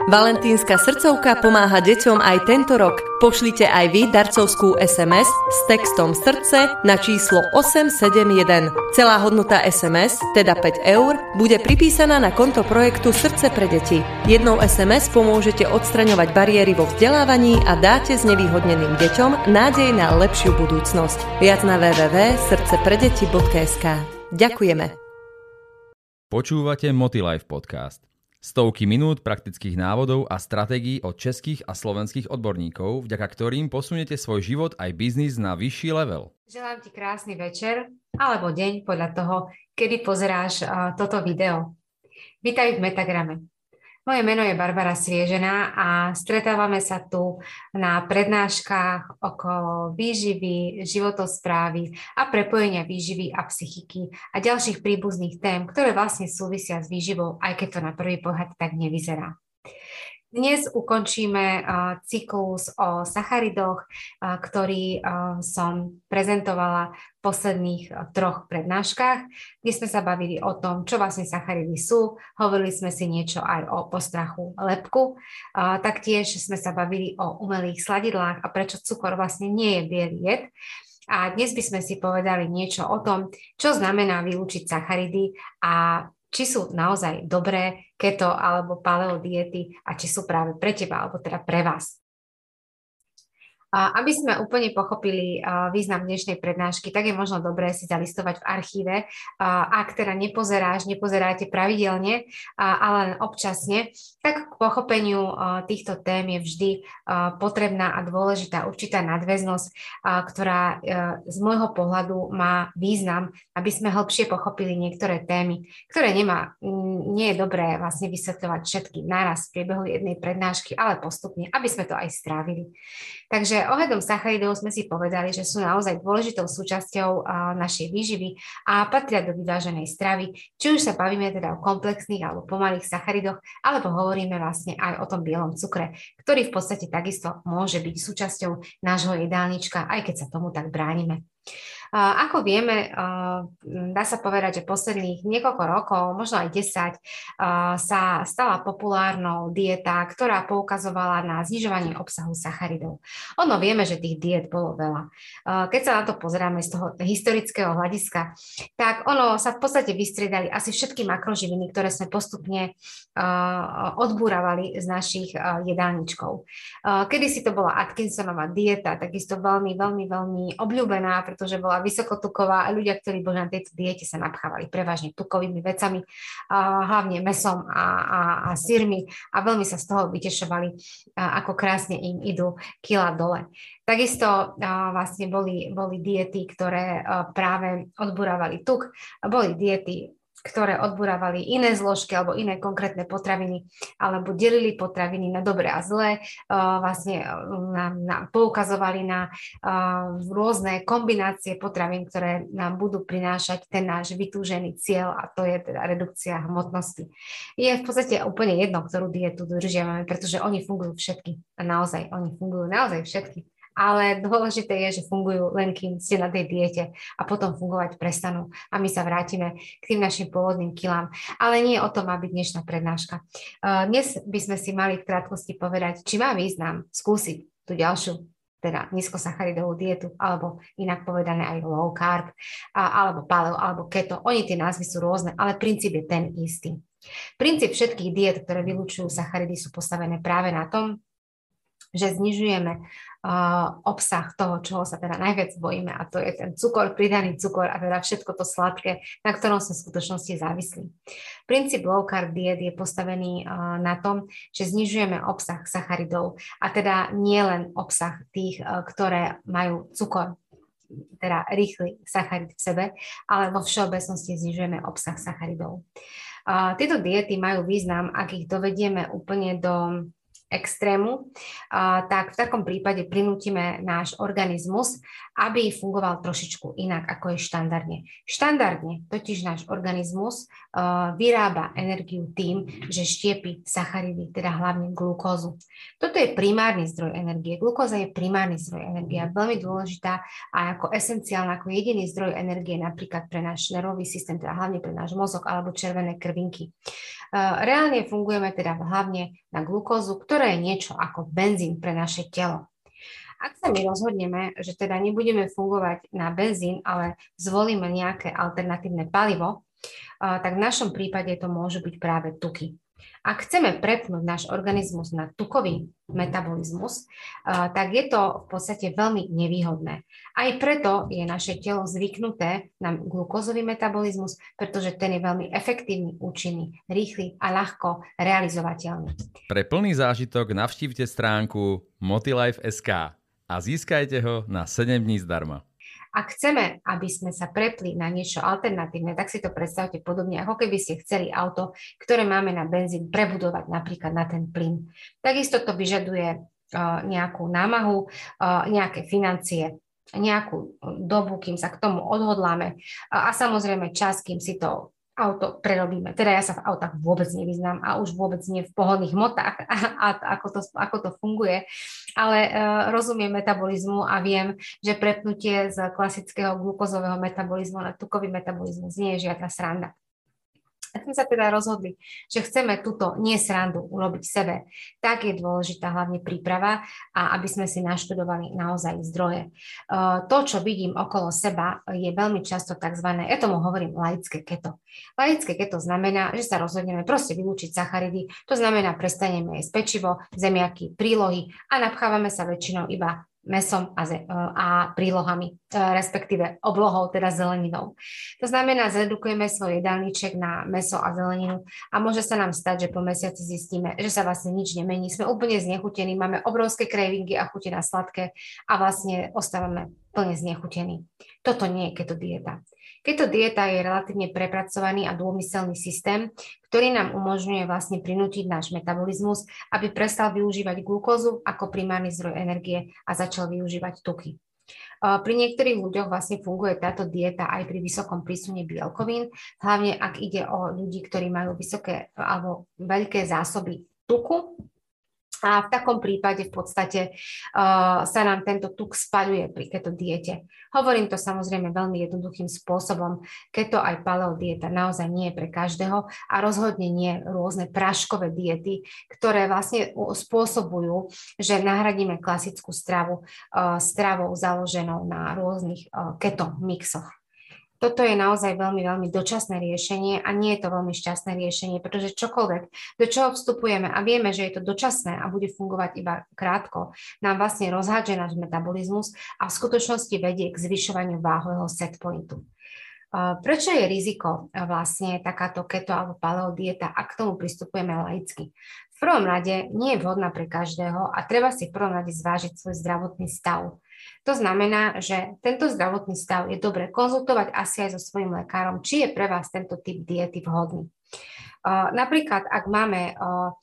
Valentínska srdcovka pomáha deťom aj tento rok. Pošlite aj vy darcovskú SMS s textom srdce na číslo 871. Celá hodnota SMS, teda 5 eur, bude pripísaná na konto projektu Srdce pre deti. Jednou SMS pomôžete odstraňovať bariéry vo vzdelávaní a dáte znevýhodneným deťom nádej na lepšiu budúcnosť. Viac na www.srdcepredeti.sk. Ďakujeme. Počúvate Motilife podcast. Stovky minút praktických návodov a stratégií od českých a slovenských odborníkov, vďaka ktorým posuniete svoj život aj biznis na vyšší level. Želám ti krásny večer alebo deň podľa toho, kedy pozeráš toto video. Vítaj v Metagrame. Moje meno je Barbara Sviežená a stretávame sa tu na prednáškach okolo výživy, životosprávy a prepojenia výživy a psychiky a ďalších príbuzných tém, ktoré vlastne súvisia s výživou, aj keď to na prvý pohľad tak nevyzerá. Dnes ukončíme cyklus o sacharidoch, ktorý som prezentovala v posledných 3 prednáškach, kde sme sa bavili o tom, čo vlastne sacharidy sú. Hovorili sme si niečo aj o postrachu lepku. Taktiež sme sa bavili o umelých sladidlách a prečo cukor vlastne nie je biely jed. A dnes by sme si povedali niečo o tom, čo znamená vylúčiť sacharidy a či sú naozaj dobré keto alebo paleo diety a či sú práve pre teba alebo teda pre vás. Aby sme úplne pochopili význam dnešnej prednášky, tak je možno dobré si zalistovať v archíve. Ak teda nepozeráte pravidelne, ale len občasne, tak k pochopeniu týchto tém je vždy potrebná a dôležitá určitá nadväznosť, ktorá z môjho pohľadu má význam, aby sme hlbšie pochopili niektoré témy, ktoré nie je dobré vlastne vysvetľovať všetky naraz v priebehu jednej prednášky, ale postupne, aby sme to aj strávili. Takže ohľadom sacharidov sme si povedali, že sú naozaj dôležitou súčasťou našej výživy a patria do vyváženej stravy, či už sa bavíme teda o komplexných alebo pomalých sacharidoch, alebo hovoríme vlastne aj o tom bielom cukre, ktorý v podstate takisto môže byť súčasťou nášho jedálnička, aj keď sa tomu tak bránime. Ako vieme, dá sa povedať, že posledných niekoľko rokov, možno aj 10, sa stala populárnou dieta, ktorá poukazovala na znižovanie obsahu sacharidov. Ono vieme, že tých diet bolo veľa. Keď sa na to pozeráme z toho historického hľadiska, tak ono sa v podstate vystriedali asi všetky makroživiny, ktoré sme postupne odbúravali z našich jedálničkov. Kedysi to bola Atkinsonová dieta, takisto veľmi, veľmi, veľmi obľúbená, pretože bola vysokotuková a ľudia, ktorí boli na tejto diete, sa napchávali prevažne tukovými vecami, hlavne mäsom a syrmi a veľmi sa z toho vytešovali, ako krásne im idú kila dole. Takisto vlastne boli diety, ktoré práve odburávali tuk, boli diety, ktoré odburávali iné zložky alebo iné konkrétne potraviny, alebo delili potraviny na dobré a zlé, vlastne poukazovali na rôzne kombinácie potravín, ktoré nám budú prinášať ten náš vytúžený cieľ, a to je teda redukcia hmotnosti. Je v podstate úplne jedno, ktorú dietu dodržiavame, pretože oni fungujú všetky. A naozaj, oni fungujú naozaj všetky. Ale dôležité je, že fungujú len kým ste na tej diete a potom fungovať prestanú a my sa vrátime k tým našim pôvodným kilám. Ale nie o tom má byť dnešná prednáška. Dnes by sme si mali v krátkosti povedať, či má význam skúsiť tú ďalšiu, teda nízkosacharidovú dietu, alebo inak povedané aj low carb, alebo paleo, alebo keto. Oni tie názvy sú rôzne, ale princíp je ten istý. Princíp všetkých diet, ktoré vylúčujú sacharidy, sú postavené práve na tom, že znižujeme obsah toho, čoho sa teda najviac bojíme, a to je ten cukor, pridaný cukor a teda všetko to sladké, na ktorom sme v skutočnosti závislí. Princíp low carb diet je postavený na tom, že znižujeme obsah sacharidov, a teda nie len obsah tých, ktoré majú cukor, teda rýchly sacharid v sebe, ale vo všeobecnosti znižujeme obsah sacharidov. Tieto diety majú význam, ak ich dovedieme úplne do extrému, tak v takom prípade prinútime náš organizmus, aby fungoval trošičku inak, ako je štandardne. Štandardne totiž náš organizmus vyrába energiu tým, že štiepi sacharidy, teda hlavne glukózu. Toto je primárny zdroj energie. Glukóza je primárny zdroj energie a veľmi dôležitá a ako esenciálna, ako jediný zdroj energie napríklad pre náš nervový systém, teda hlavne pre náš mozog alebo červené krvinky. Reálne fungujeme teda hlavne na glukózu, ktorá je niečo ako benzín pre naše telo. Ak sa my rozhodneme, že teda nebudeme fungovať na benzín, ale zvolíme nejaké alternatívne palivo, tak v našom prípade to môžu byť práve tuky. Ak chceme prepnúť náš organizmus na tukový metabolizmus, tak je to v podstate veľmi nevýhodné. Aj preto je naše telo zvyknuté na glukózový metabolizmus, pretože ten je veľmi efektívny, účinný, rýchly a ľahko realizovateľný. Pre plný zážitok navštívte stránku motilife.sk a získajte ho na 7 dní zdarma. Ak chceme, aby sme sa prepli na niečo alternatívne, tak si to predstavte podobne, ako keby ste chceli auto, ktoré máme na benzín, prebudovať napríklad na ten plyn. Takisto to vyžaduje nejakú námahu, nejaké financie, nejakú dobu, kým sa k tomu odhodláme a samozrejme čas, kým si to auto prerobíme. Teda ja sa v autách vôbec nevyznám a už vôbec nie v pohodných hmotách a ako to funguje, ale rozumiem metabolizmu a viem, že prepnutie z klasického glukózového metabolizmu na tukový metabolizmus nie je žiadna sranda. Ak sme sa teda rozhodli, že chceme túto nesrandu urobiť sebe, tak je dôležitá hlavne príprava a aby sme si naštudovali naozaj zdroje. To, čo vidím okolo seba, je veľmi často tzv. Ja tomu hovorím laické keto. Laické keto znamená, že sa rozhodneme proste vylúčiť sacharidy, to znamená prestaneme jesť pečivo, zemiaky, prílohy a napchávame sa väčšinou iba mäsom a prílohami, respektíve oblohou, teda zeleninou. To znamená, zredukujeme svoj jedálniček na mäso a zeleninu a môže sa nám stať, že po mesiaci zistíme, že sa vlastne nič nemení. Sme úplne znechutení, máme obrovské cravingy a chute na sladké a vlastne ostávame plne znechutení. Toto nie je keto dieta. Keto dieta je relatívne prepracovaný a dômyselný systém, ktorý nám umožňuje vlastne prinútiť náš metabolizmus, aby prestal využívať glukózu ako primárny zdroj energie a začal využívať tuky. Pri niektorých ľuďoch vlastne funguje táto dieta aj pri vysokom prísune bielkovín, hlavne ak ide o ľudí, ktorí majú vysoké alebo veľké zásoby tuku. A v takom prípade v podstate sa nám tento tuk spaľuje pri keto diete. Hovorím to samozrejme veľmi jednoduchým spôsobom. Keto aj paleo dieta naozaj nie je pre každého a rozhodne nie rôzne práškové diety, ktoré vlastne spôsobujú, že nahradíme klasickú stravu stravou založenou na rôznych keto mixoch. Toto je naozaj veľmi, veľmi dočasné riešenie a nie je to veľmi šťastné riešenie, pretože čokoľvek, do čoho vstupujeme a vieme, že je to dočasné a bude fungovať iba krátko, nám vlastne rozhádže náš metabolizmus a v skutočnosti vedie k zvyšovaniu váhového setpointu. Prečo je riziko vlastne takáto keto alebo paleo dieta, ak k tomu pristupujeme laicky? V prvom rade nie je vhodná pre každého a treba si v prvom rade zvážiť svoj zdravotný stav. To znamená, že tento zdravotný stav je dobre konzultovať asi aj so svojím lekárom, či je pre vás tento typ diety vhodný. Napríklad, ak máme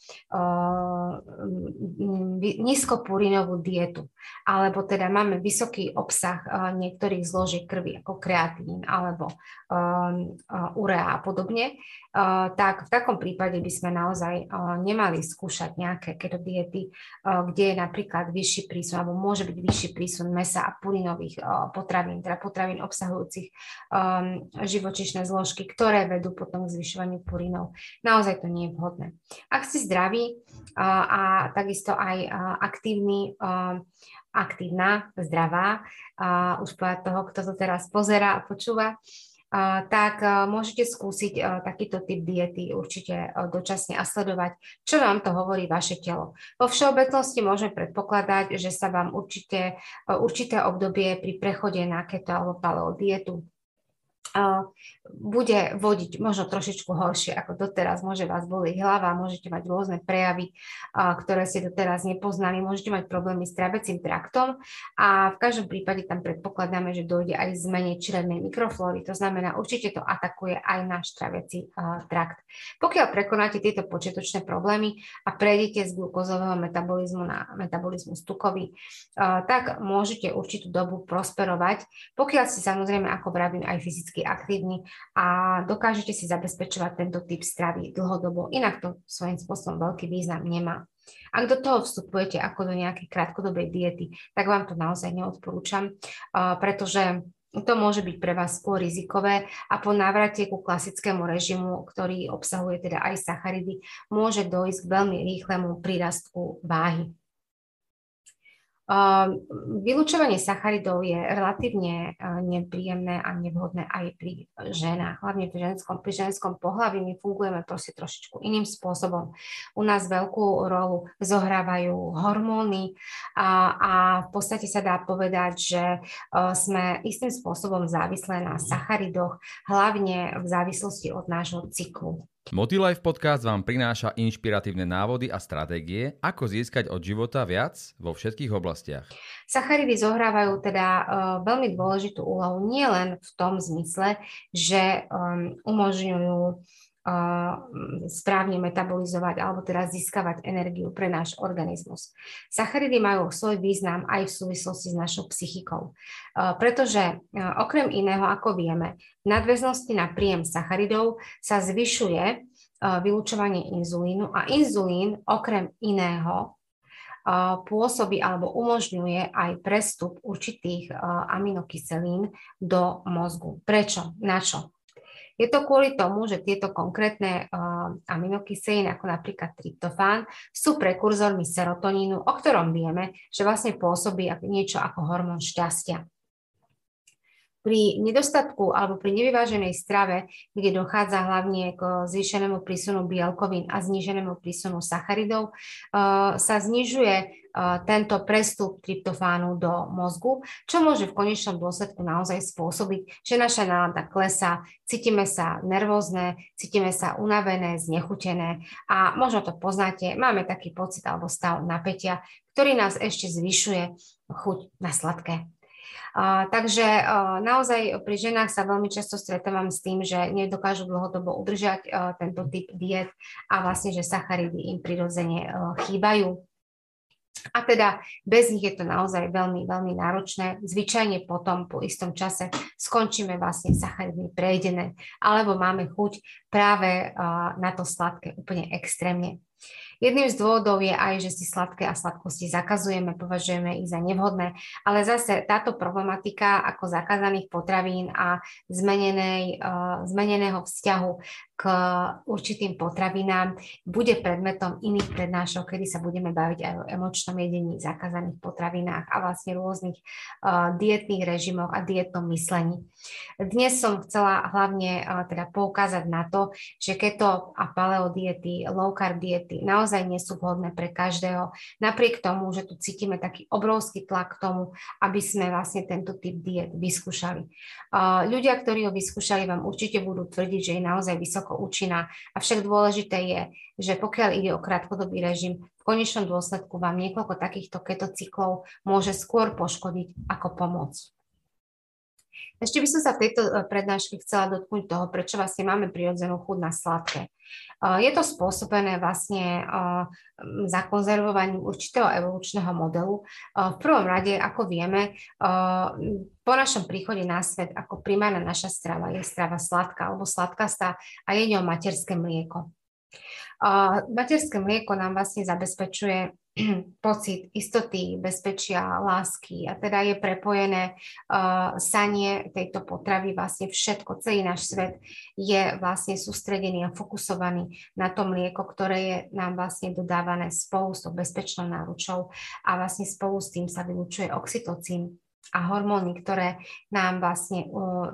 nízkopurinovú dietu, alebo teda máme vysoký obsah niektorých zložiek krvi, ako kreatín alebo urea a podobne, tak v takom prípade by sme naozaj nemali skúšať nejaké keto diety, kde je napríklad vyšší prísun, alebo môže byť vyšší prísun mäsa a purinových potravín, teda potravín obsahujúcich živočíšne zložky, ktoré vedú potom k zvyšovaniu purinov. Naozaj to nie je vhodné. Ak si zdravý a takisto aj aktívna, zdravá, už povedať toho, kto to teraz pozerá a počúva, tak môžete skúsiť takýto typ diety určite dočasne a sledovať, čo vám to hovorí vaše telo. Vo všeobecnosti môžeme predpokladať, že sa vám určité obdobie pri prechode na keto alebo paleo dietu bude vodiť možno trošičku horšie ako doteraz. Môže vás bolieť hlava, môžete mať rôzne prejavy, ktoré ste doteraz nepoznali, môžete mať problémy s trávecím traktom a v každom prípade tam predpokladáme, že dojde aj zmene črevnej mikroflóry. To znamená, určite to atakuje aj náš trávecí trakt. Pokiaľ prekonáte tieto počiatočné problémy a prejdete z glukózového metabolizmu na metabolizmus tukový, tak môžete určitú dobu prosperovať, pokiaľ ste samozrejme, ako vravím, aj fyzicky aktívni a dokážete si zabezpečovať tento typ stravy dlhodobo. Inak to svojím spôsobom veľký význam nemá. Ak do toho vstupujete ako do nejakej krátkodobej diety, tak vám to naozaj neodporúčam, pretože to môže byť pre vás skôr rizikové a po návrate ku klasickému režimu, ktorý obsahuje teda aj sacharidy, môže dojsť k veľmi rýchlemu prírastku váhy. Vylučovanie sacharidov je relatívne nepríjemné a nevhodné aj pri ženách, hlavne pri ženskom pohlaví. My fungujeme proste trošičku iným spôsobom. U nás veľkú rolu zohrávajú hormóny a v podstate sa dá povedať, že sme istým spôsobom závislé na sacharidoch, hlavne v závislosti od nášho cyklu. Motilife podcast vám prináša inšpiratívne návody a stratégie, ako získať od života viac vo všetkých oblastiach. Sacharidy zohrávajú teda veľmi dôležitú úlohu nielen v tom zmysle, že umožňujú správne metabolizovať alebo teda získavať energiu pre náš organizmus. Sacharidy majú svoj význam aj v súvislosti s našou psychikou, pretože okrem iného, ako vieme, v nadväznosti na príjem sacharidov sa zvyšuje vylučovanie inzulínu a inzulín okrem iného pôsobí alebo umožňuje aj prestup určitých aminokyselín do mozgu. Prečo? Na čo? Je to kvôli tomu, že tieto konkrétne aminokyseliny, ako napríklad tryptofán, sú prekurzormi serotonínu, o ktorom vieme, že vlastne pôsobí niečo ako hormón šťastia. Pri nedostatku alebo pri nevyváženej strave, kde dochádza hlavne k zvýšenému prísunu bielkovín a zníženému prísunu sacharidov, sa znižuje tento prestup tryptofánu do mozgu, čo môže v konečnom dôsledku naozaj spôsobiť, že naša nálada klesá, cítime sa nervózne, cítime sa unavené, znechutené a možno to poznáte, máme taký pocit alebo stav napätia, ktorý nás ešte zvyšuje chuť na sladké. Takže naozaj pri ženách sa veľmi často stretávam s tým, že nedokážu dlhodobo udržať tento typ diet a vlastne, že sacharidy im prirodzene chýbajú. A teda bez nich je to naozaj veľmi, veľmi náročné. Zvyčajne potom po istom čase skončíme vlastne sacharidmi prejedené, alebo máme chuť práve na to sladké úplne extrémne. Jedným z dôvodov je aj, že si sladké a sladkosti zakazujeme, považujeme ich za nevhodné, ale zase táto problematika ako zakázaných potravín a zmeneného vzťahu k určitým potravinám bude predmetom iných prednášok, kedy sa budeme baviť aj o emočnom jedení, zakázaných potravinách a vlastne rôznych dietných režimoch a dietnom myslení. Dnes som chcela hlavne teda poukázať na to, že keto a paleo diety, low carb diety naozaj nie sú vhodné pre každého. Napriek tomu, že tu cítime taký obrovský tlak k tomu, aby sme vlastne tento typ diet vyskúšali. Ľudia, ktorí ho vyskúšali, vám určite budú tvrdiť, že je naozaj vysoko účinná. Avšak dôležité je, že pokiaľ ide o krátkodobý režim, v konečnom dôsledku vám niekoľko takýchto ketocyklov môže skôr poškodiť ako pomôcť. Ešte by som sa v tejto prednáške chcela dotknúť toho, prečo vlastne máme prirodzenú chuť na sladké. Je to spôsobené vlastne zakonzervovaním určitého evolučného modelu. V prvom rade, ako vieme, po našom príchode na svet ako primárna naša strava je strava sladká alebo sladkastá a je ňou materské mlieko. Materské mlieko nám vlastne zabezpečuje pocit istoty, bezpečia, lásky a teda je prepojené sanie tejto potravy, vlastne všetko, celý náš svet je vlastne sústredený a fokusovaný na to mlieko, ktoré je nám vlastne dodávané spolu s tou bezpečnou náručou a vlastne spolu s tým sa vylučuje oxytocín a hormóny, ktoré nám vlastne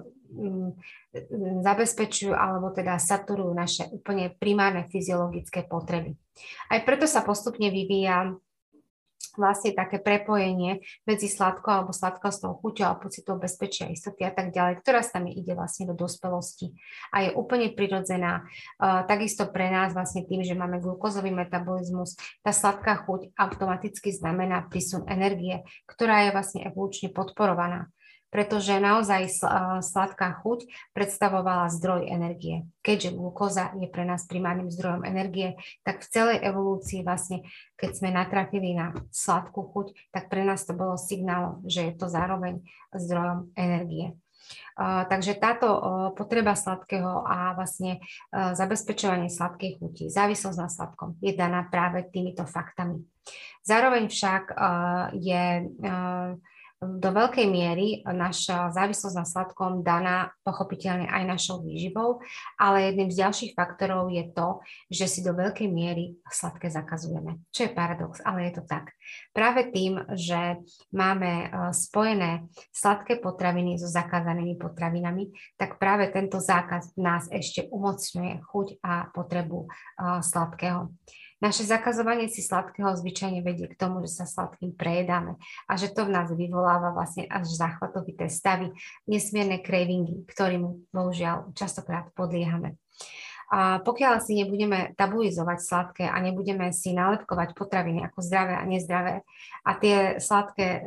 zabezpečujú alebo teda saturujú naše úplne primárne fyziologické potreby. Aj preto sa postupne vyvíja vlastne také prepojenie medzi sladkou alebo sladkostnou chuťou a pocitou bezpečia, istoty a tak ďalej, ktorá sa mi ide vlastne do dospelosti a je úplne prirodzená. Takisto pre nás vlastne tým, že máme glukózový metabolizmus, tá sladká chuť automaticky znamená prísun energie, ktorá je vlastne evolučne podporovaná, pretože naozaj sladká chuť predstavovala zdroj energie. Keďže glukóza je pre nás primárnym zdrojom energie, tak v celej evolúcii vlastne, keď sme natrafili na sladkú chuť, tak pre nás to bolo signálom, že je to zároveň zdrojom energie. Takže táto potreba sladkého a vlastne zabezpečovanie sladkej chuti, závislosť na sladkom je daná práve týmito faktami. Zároveň však je do veľkej miery naša závislosť na sladkom daná pochopiteľne aj našou výživou, ale jedným z ďalších faktorov je to, že si do veľkej miery sladké zakazujeme. Čo je paradox, ale je to tak. Práve tým, že máme spojené sladké potraviny so zakázanými potravinami, tak práve tento zákaz nás ešte umocňuje chuť a potrebu sladkého. Naše zakazovanie si sladkého zvyčajne vedie k tomu, že sa sladkým prejedáme a že to v nás vyvoláva vlastne až záchvatovité stavy, nesmierne cravingy, ktorým bohužiaľ častokrát podliehame. A pokiaľ si nebudeme tabuizovať sladké a nebudeme si nálepkovať potraviny ako zdravé a nezdravé a tie sladké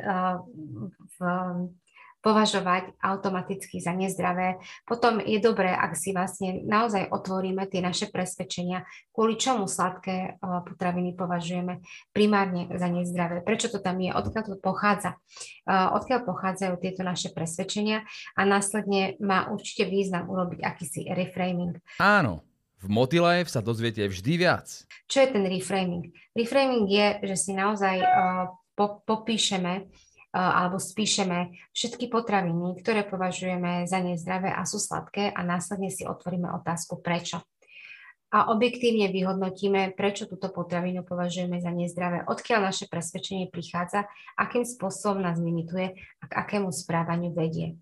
považovať automaticky za nezdravé. Potom je dobré, ak si vlastne naozaj otvoríme tie naše presvedčenia, kvôli čomu sladké potraviny považujeme primárne za nezdravé. Prečo to tam je, odkiaľ to pochádza, odkiaľ pochádzajú tieto naše presvedčenia a následne má určite význam urobiť akýsi reframing. Áno. V MotiLife sa dozviete vždy viac. Čo je ten reframing? Reframing je, že si naozaj popíšeme alebo spíšeme všetky potraviny, ktoré považujeme za nezdravé a sú sladké a následne si otvoríme otázku prečo. A objektívne vyhodnotíme, prečo túto potravinu považujeme za nezdravé, odkiaľ naše presvedčenie prichádza, akým spôsobom nás limituje a k akému správaniu vedie.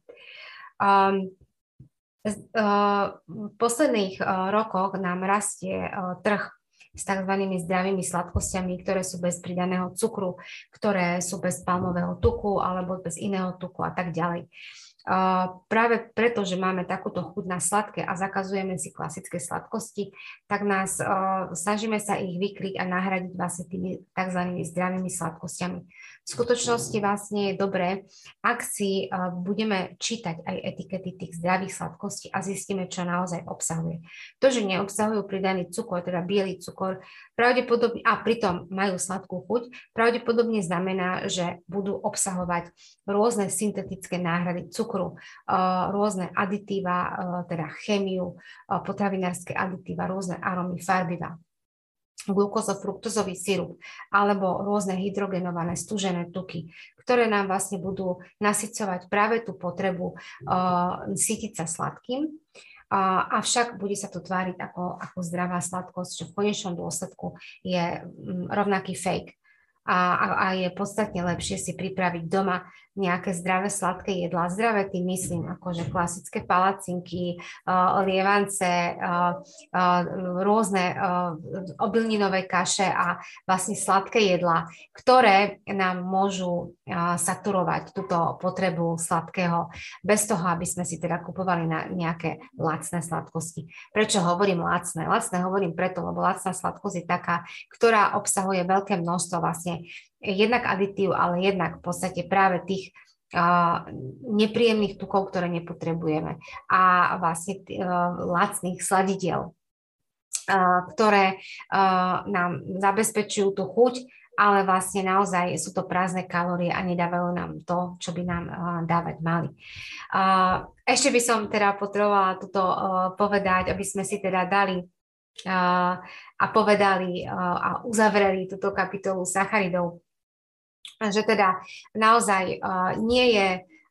V posledných rokoch nám rastie trh s tzv. Zdravými sladkosťami, ktoré sú bez pridaného cukru, ktoré sú bez palmového tuku alebo bez iného tuku a tak ďalej. Práve preto, že máme takúto chuť na sladké a zakazujeme si klasické sladkosti, tak nás snažíme sa ich vykryť a nahradiť vlastne tými tzv. Zdravými sladkosťami. V skutočnosti vlastne je dobré, ak si budeme čítať aj etikety tých zdravých sladkostí a zistíme, čo naozaj obsahuje. To, že neobsahujú pridaný cukor, teda biely cukor, pravdepodobne, a pritom majú sladkú chuť, pravdepodobne znamená, že budú obsahovať rôzne syntetické náhrady cukru, rôzne aditíva, teda chémiu, potravinárske aditíva, rôzne arómy, farbiva, glukózo-fruktozový sirup alebo rôzne hydrogenované stúžené tuky, ktoré nám vlastne budú nasycovať práve tú potrebu sytiť sa sladkým, avšak bude sa to tváriť ako zdravá sladkosť, čo v konečnom dôsledku je rovnaký fake. A je podstatne lepšie si pripraviť doma nejaké zdravé sladké jedlá. Zdravé tým myslím, akože klasické palacinky, lievance, rôzne obilninové kaše a vlastne sladké jedlá, ktoré nám môžu saturovať túto potrebu sladkého bez toho, aby sme si teda kupovali na nejaké lacné sladkosti. Prečo hovorím lacné? Lacné hovorím preto, lebo lacná sladkosť je taká, ktorá obsahuje veľké množstvo vlastne jednak aditív, ale jednak v podstate práve tých nepríjemných tukov, ktoré nepotrebujeme a vlastne lacných sladidiel, ktoré nám zabezpečujú tú chuť, ale vlastne naozaj sú to prázdne kalórie a nedávajú nám to, čo by nám dávať mali. Ešte by som teda potrebovala toto povedať, aby sme si teda dali a povedali a uzavreli túto kapitolu sacharidov, že teda naozaj nie je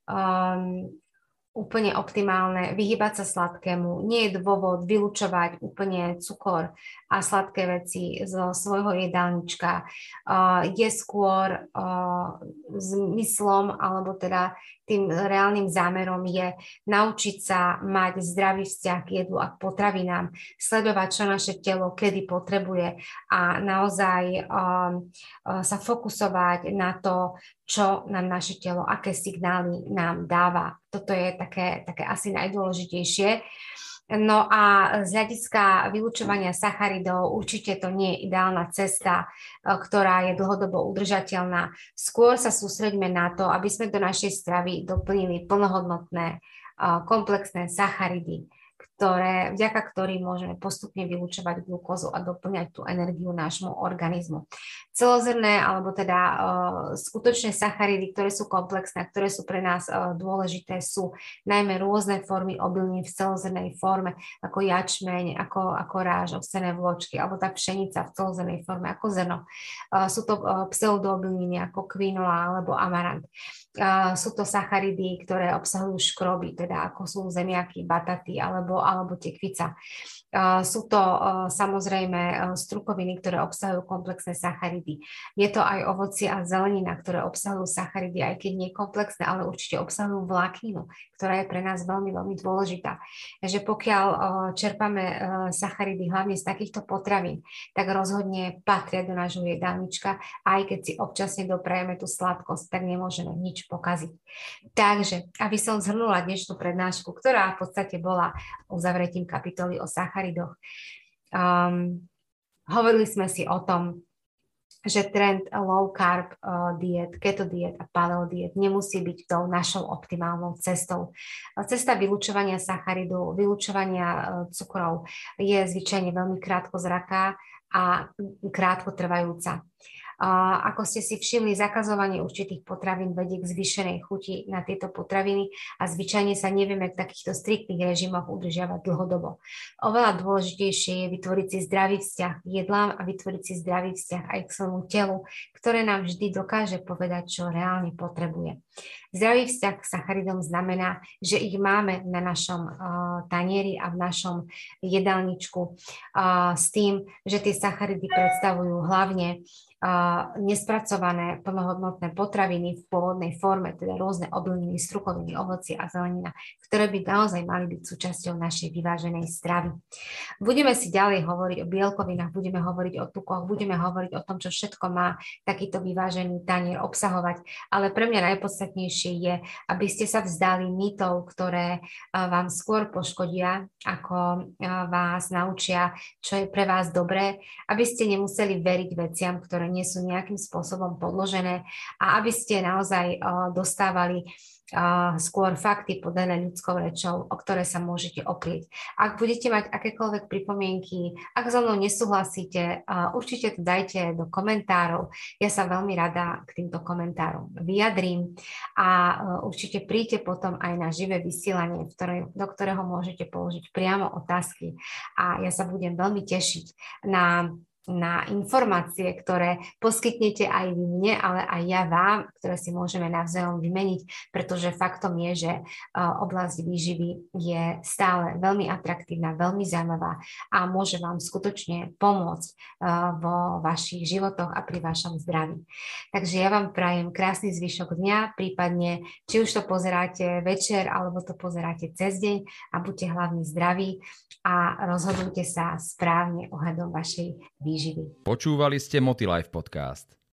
úplne optimálne vyhýbať sa sladkému, nie je dôvod vylúčovať úplne cukor a sladké veci zo svojho jedálnička. Je skôr zmyslom alebo teda tým reálnym zámerom je naučiť sa mať zdravý vzťah k jedlu a k potravinám, sledovať, čo naše telo kedy potrebuje a naozaj sa fokusovať na to, čo nám naše telo, aké signály nám dáva. Toto je také asi najdôležitejšie. No a z hľadiska vylučovania sacharidov určite to nie je ideálna cesta, ktorá je dlhodobo udržateľná. Skôr sa sústreďme na to, aby sme do našej stravy doplnili plnohodnotné komplexné sacharidy, vďaka ktorým môžeme postupne vylučovať glukózu a doplňať tú energiu nášmu organizmu. Celozrné, alebo teda skutočné sacharidy, ktoré sú komplexné, ktoré sú pre nás dôležité, sú najmä rôzne formy obilnín v celozrnej forme, ako jačmeň, ako ráž, ovsené vločky, alebo tá pšenica v celozrnej forme, ako zrno. Sú to pseudoobilniny, ako kvinola alebo amarant. Sú to sacharidy, ktoré obsahujú škroby, teda ako sú zemiaky, bataty alebo tekvica. Sú to samozrejme strukoviny, ktoré obsahujú komplexné sacharidy. Je to aj ovocie a zelenina, ktoré obsahujú sacharidy, aj keď nie komplexné, ale určite obsahujú vlákninu, ktorá je pre nás veľmi, veľmi dôležitá. Takže pokiaľ čerpame sacharidy hlavne z takýchto potravín, tak rozhodne patria do nášho jedálnička, aj keď si občasne doprajeme tú sladkosť, tak nemôžeme nič pokaziť. Takže, aby som zhrnula dnešnú prednášku, ktorá v podstate bola uzavretím kapitoly o sacharidoch. Hovorili sme si o tom, že trend low carb diet, keto diet a paleo diet nemusí byť tou našou optimálnou cestou. Cesta vylučovania sacharidu, vylučovania cukrov je zvyčajne veľmi krátkozraká a krátko trvajúca. Ako ste si všimli, zakazovanie určitých potravín vedie k zvýšenej chuti na tieto potraviny a zvyčajne sa nevieme v takýchto striktných režimoch udržiavať dlhodobo. Oveľa dôležitejšie je vytvoriť si zdravý vzťah k jedlám a vytvoriť si zdravý vzťah aj k svojmu telu, ktoré nám vždy dokáže povedať, čo reálne potrebuje. Zdravý vzťah k sacharidom znamená, že ich máme na našom tanieri a v našom jedálničku s tým, že tie sacharidy predstavujú hlavne nespracované plnohodnotné potraviny v pôvodnej forme, teda rôzne obilniny, strukoviny, ovocie a zelenina, ktoré by naozaj mali byť súčasťou našej vyváženej stravy. Budeme si ďalej hovoriť o bielkovinách, budeme hovoriť o tukoch, budeme hovoriť o tom, čo všetko má takýto vyvážený tanier obsahovať, ale pre mňa najpodstatnejšie je, aby ste sa vzdali mýtov, ktoré vám skôr poškodia, ako vás naučia, čo je pre vás dobré, aby ste nemuseli veriť veciam, ktoré nie sú nejakým spôsobom podložené a aby ste naozaj dostávali skôr fakty podané ľudskou rečou, o ktoré sa môžete oprieť. Ak budete mať akékoľvek pripomienky, ak so mnou nesúhlasíte, určite to dajte do komentárov. Ja sa veľmi rada k týmto komentárom vyjadrím a určite príďte potom aj na živé vysielanie, do ktorého môžete položiť priamo otázky a ja sa budem veľmi tešiť na informácie, ktoré poskytnete aj vy mne, ale aj ja vám, ktoré si môžeme navzájom vymeniť, pretože faktom je, že oblasť výživy je stále veľmi atraktívna, veľmi zaujímavá a môže vám skutočne pomôcť vo vašich životoch a pri vašom zdraví. Takže ja vám prajem krásny zvyšok dňa, prípadne či už to pozeráte večer, alebo to pozeráte cez deň a buďte hlavne zdraví a rozhodujte sa správne ohľadom vašej výživy. Počúvali ste MotiLife podcast.